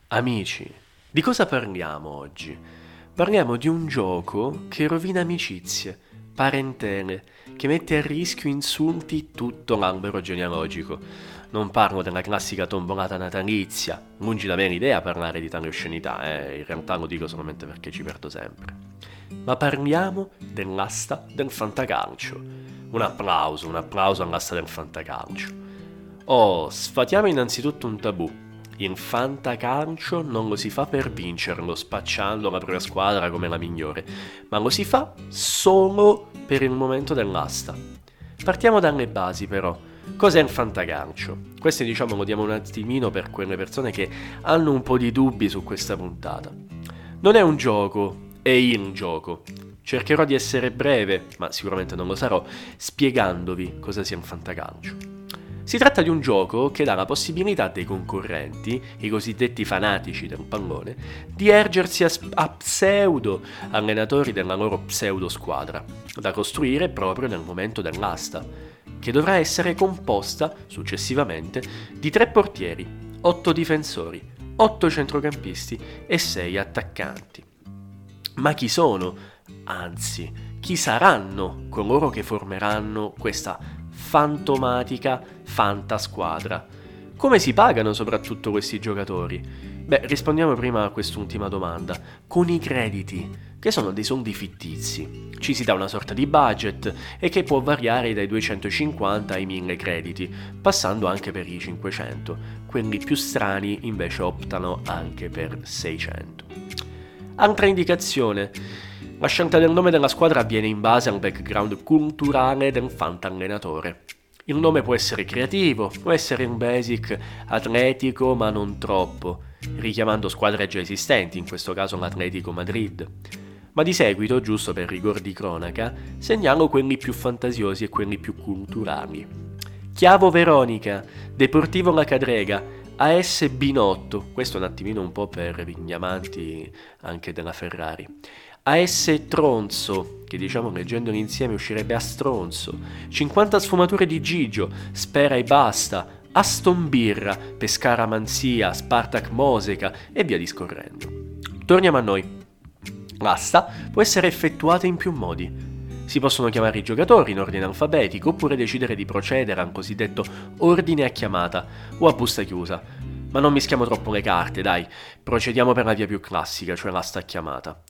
Amici, di cosa parliamo oggi? Parliamo di un gioco che rovina amicizie, parentele, che mette a rischio insulti tutto l'albero genealogico. Non parlo della classica tombolata natalizia, lungi da me l'idea parlare di tale oscenità, in realtà lo dico solamente perché ci perdo sempre. Ma parliamo dell'asta del fantacalcio. Un applauso all'asta del fantacalcio. Oh, sfatiamo innanzitutto un tabù. Il fantacalcio non lo si fa per vincerlo, spacciando la propria squadra come la migliore, ma lo si fa solo per il momento dell'asta. Partiamo dalle basi però. Cos'è il fantacalcio? Questo diciamo lo diamo un attimino per quelle persone che hanno un po' di dubbi su questa puntata. Non è un gioco, è il gioco. Cercherò di essere breve, ma sicuramente non lo sarò, spiegandovi cosa sia il fantacalcio. Si tratta di un gioco che dà la possibilità dei concorrenti, i cosiddetti fanatici del pallone, di ergersi a pseudo allenatori della loro pseudo squadra, da costruire proprio nel momento dell'asta, che dovrà essere composta, successivamente, di 3 portieri, 8 difensori, 8 centrocampisti e 6 attaccanti. Ma chi sono? Anzi, chi saranno coloro che formeranno questa fantomatica fantasquadra? Come si pagano soprattutto questi giocatori? Beh, rispondiamo prima a quest'ultima domanda. Con i crediti, che sono dei soldi fittizi. Ci si dà una sorta di budget e che può variare dai 250 ai 1000 crediti, passando anche per i 500. Quelli più strani invece optano anche per 600. Altra indicazione. La scelta del nome della squadra avviene in base al background culturale del fantallenatore. Il nome può essere creativo, può essere un basic atletico ma non troppo, richiamando squadre già esistenti, in questo caso l'Atletico Madrid. Ma di seguito, giusto per rigor di cronaca, segnalo quelli più fantasiosi e quelli più culturali. Chiavo Veronica, Deportivo La Cadrega, AS Binotto, questo un attimino un po' per gli amanti anche della Ferrari. AS Tronzo, che diciamo leggendolo insieme uscirebbe a stronzo, 50 sfumature di Gigio, Spera e Basta, Aston Birra, Pescara Mansia, Spartak Moseka e via discorrendo. Torniamo a noi. L'asta può essere effettuata in più modi. Si possono chiamare i giocatori in ordine alfabetico oppure decidere di procedere al cosiddetto ordine a chiamata o a busta chiusa. Ma non mischiamo troppo le carte, dai, procediamo per la via più classica, cioè l'asta a chiamata.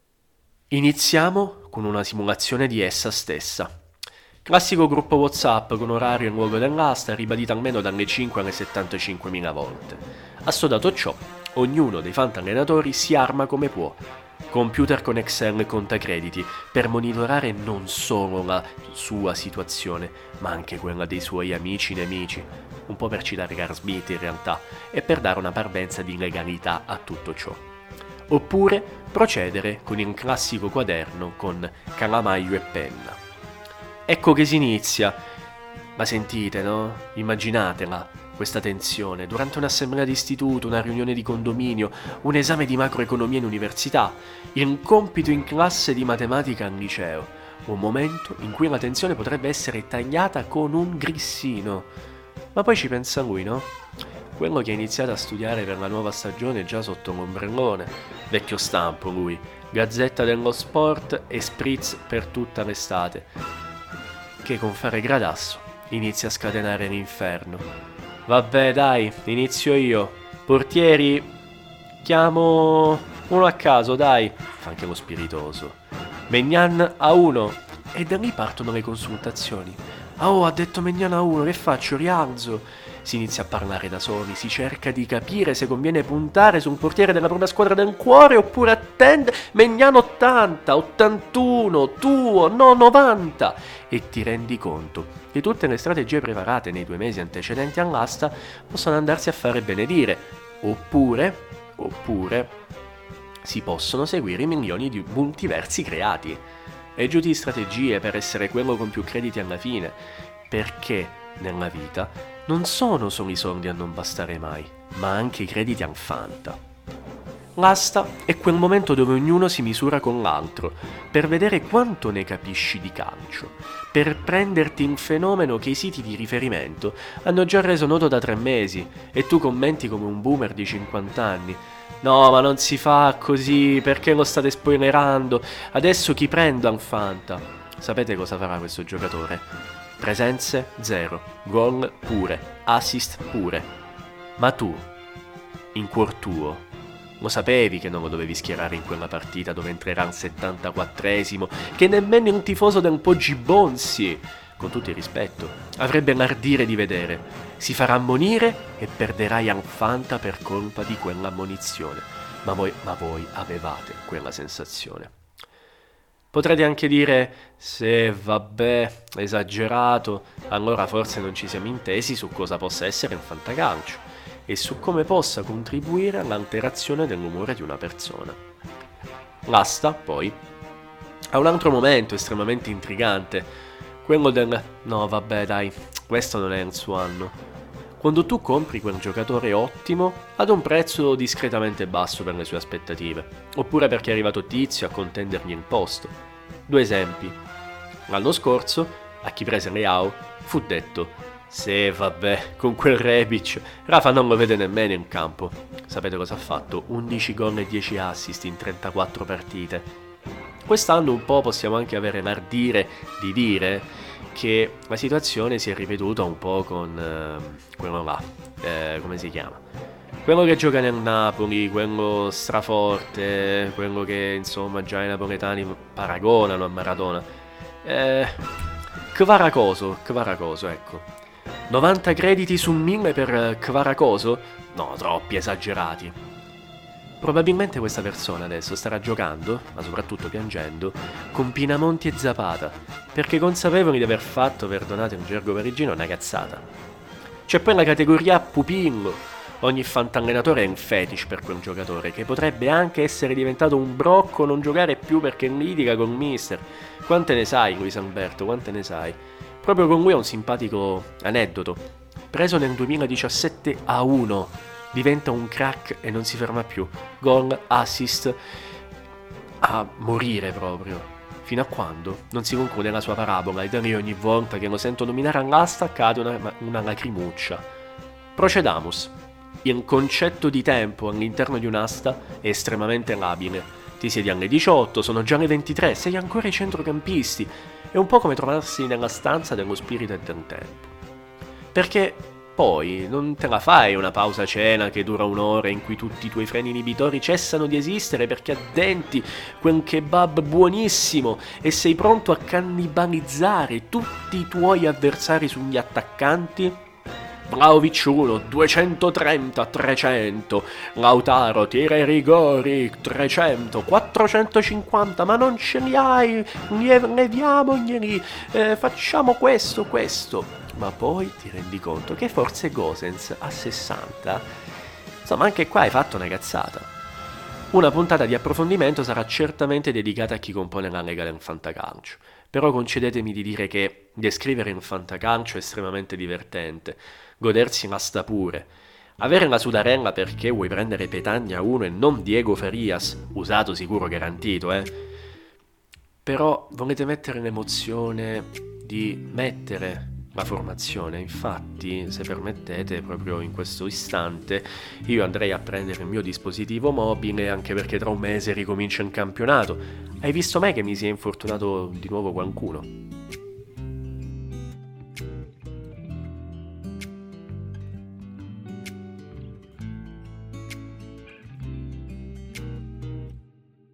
Iniziamo con una simulazione di essa stessa. Classico gruppo WhatsApp con orario e luogo dell'asta ribadito almeno dalle 5 alle 75.000 volte. Assodato ciò, ognuno dei fantallenatori si arma come può. Computer con Excel e contacrediti per monitorare non solo la sua situazione, ma anche quella dei suoi amici nemici, un po' per citare Carl Smith in realtà, e per dare una parvenza di legalità a tutto ciò. Oppure procedere con il classico quaderno con calamaio e penna. Ecco che si inizia. Ma sentite, no? Immaginatela, questa tensione, durante un'assemblea di istituto, una riunione di condominio, un esame di macroeconomia in università, il compito in classe di matematica al liceo, un momento in cui la tensione potrebbe essere tagliata con un grissino. Ma poi ci pensa lui, no? Quello che ha iniziato a studiare per la nuova stagione già sotto l'ombrellone. Vecchio stampo lui, Gazzetta dello Sport e spritz per tutta l'estate. Che con fare gradasso inizia a scatenare l'inferno. Vabbè dai, inizio io. Portieri, chiamo uno a caso, dai. Fa anche lo spiritoso. Megnan a 1. E da lì partono le consultazioni. Oh, ha detto Megnan a 1, che faccio? Rialzo. Si inizia a parlare da soli, si cerca di capire se conviene puntare sul portiere della propria squadra del cuore oppure attendere Megnan 80, 81, tuo, no 90 e ti rendi conto che tutte le strategie preparate nei 2 mesi antecedenti all'asta possono andarsi a fare benedire oppure si possono seguire i milioni di multiversi creati e giù di strategie per essere quello con più crediti alla fine, perché nella vita non sono solo i soldi a non bastare mai, ma anche i crediti al fanta. L'asta è quel momento dove ognuno si misura con l'altro, per vedere quanto ne capisci di calcio, per prenderti un fenomeno che i siti di riferimento hanno già reso noto da 3 mesi e tu commenti come un boomer di 50 anni. No, ma non si fa così, perché lo state spoilerando? Adesso chi prendo un Fanta? Sapete cosa farà questo giocatore? Presenze 0, gol pure, assist pure. Ma tu, in cuor tuo, lo sapevi che non lo dovevi schierare in quella partita dove entrerà al 74esimo, che nemmeno un tifoso del Poggi Bonsi, con tutto il rispetto, avrebbe l'ardire di vedere. Si farà ammonire e perderai un Fanta per colpa di quell'ammonizione. Ma voi avevate quella sensazione. Potrete anche dire, se vabbè, esagerato, allora forse non ci siamo intesi su cosa possa essere un fantacalcio e su come possa contribuire all'alterazione dell'umore di una persona. L'asta, poi, ha un altro momento estremamente intrigante, quello del no vabbè dai, questo non è il suo anno. Quando tu compri quel giocatore ottimo ad un prezzo discretamente basso per le sue aspettative, oppure perché è arrivato Tizio a contendergli il posto. 2 esempi. L'anno scorso, a chi prese Leao, fu detto se vabbè, con quel Rebic, Rafa non lo vede nemmeno in campo. Sapete cosa ha fatto? 11 gol e 10 assist in 34 partite. Quest'anno un po' possiamo anche avere l'ardire di dire che la situazione si è ripetuta un po' con quello là, come si chiama? Quello che gioca nel Napoli, quello straforte, quello che insomma già i napoletani paragonano a Maradona. Kvarakoso, ecco. 90 crediti su 1000 per Kvarakoso? No, troppi esagerati. Probabilmente questa persona adesso starà giocando, ma soprattutto piangendo, con Pinamonti e Zapata, perché consapevoli di aver fatto, perdonate un gergo parigino, una cazzata. C'è poi la categoria pupillo. Ogni fantallenatore è un fetish per quel giocatore, che potrebbe anche essere diventato un brocco, non giocare più perché litiga col mister. Quante ne sai, Luis Alberto, quante ne sai? Proprio con lui è un simpatico aneddoto. Preso nel 2017 a 1, diventa un crack e non si ferma più. Gol, assist, a morire proprio. Fino a quando non si conclude la sua parabola e da lì ogni volta che lo sento nominare all'asta cade una lacrimuccia. Procedamus. Il concetto di tempo all'interno di un'asta è estremamente labile. Ti siedi alle 18, sono già le 23, sei ancora ai centrocampisti. È un po' come trovarsi nella stanza dello spirito e del tempo. Perché poi non te la fai una pausa cena che dura 1 ora in cui tutti i tuoi freni inibitori cessano di esistere perché addenti quel kebab buonissimo e sei pronto a cannibalizzare tutti i tuoi avversari sugli attaccanti? Vlahovic 1, 230, 300, Lautaro tira i rigori, 300, 450, ma non ce li hai, leviamoglieli, facciamo questo. Ma poi ti rendi conto che forse Gosens a 60, insomma anche qua hai fatto una cazzata. Una puntata di approfondimento sarà certamente dedicata a chi compone la Lega del Fantacalcio, però concedetemi di dire che descrivere il Fantacalcio è estremamente divertente, godersi l'asta pure. Avere la sudarella perché vuoi prendere Petagna 1 e non Diego Farias, usato sicuro garantito, Però volete mettere l'emozione di mettere la formazione, infatti, se permettete, proprio in questo istante, io andrei a prendere il mio dispositivo mobile, anche perché tra 1 mese ricomincia il campionato. Hai visto mai che mi sia infortunato di nuovo qualcuno?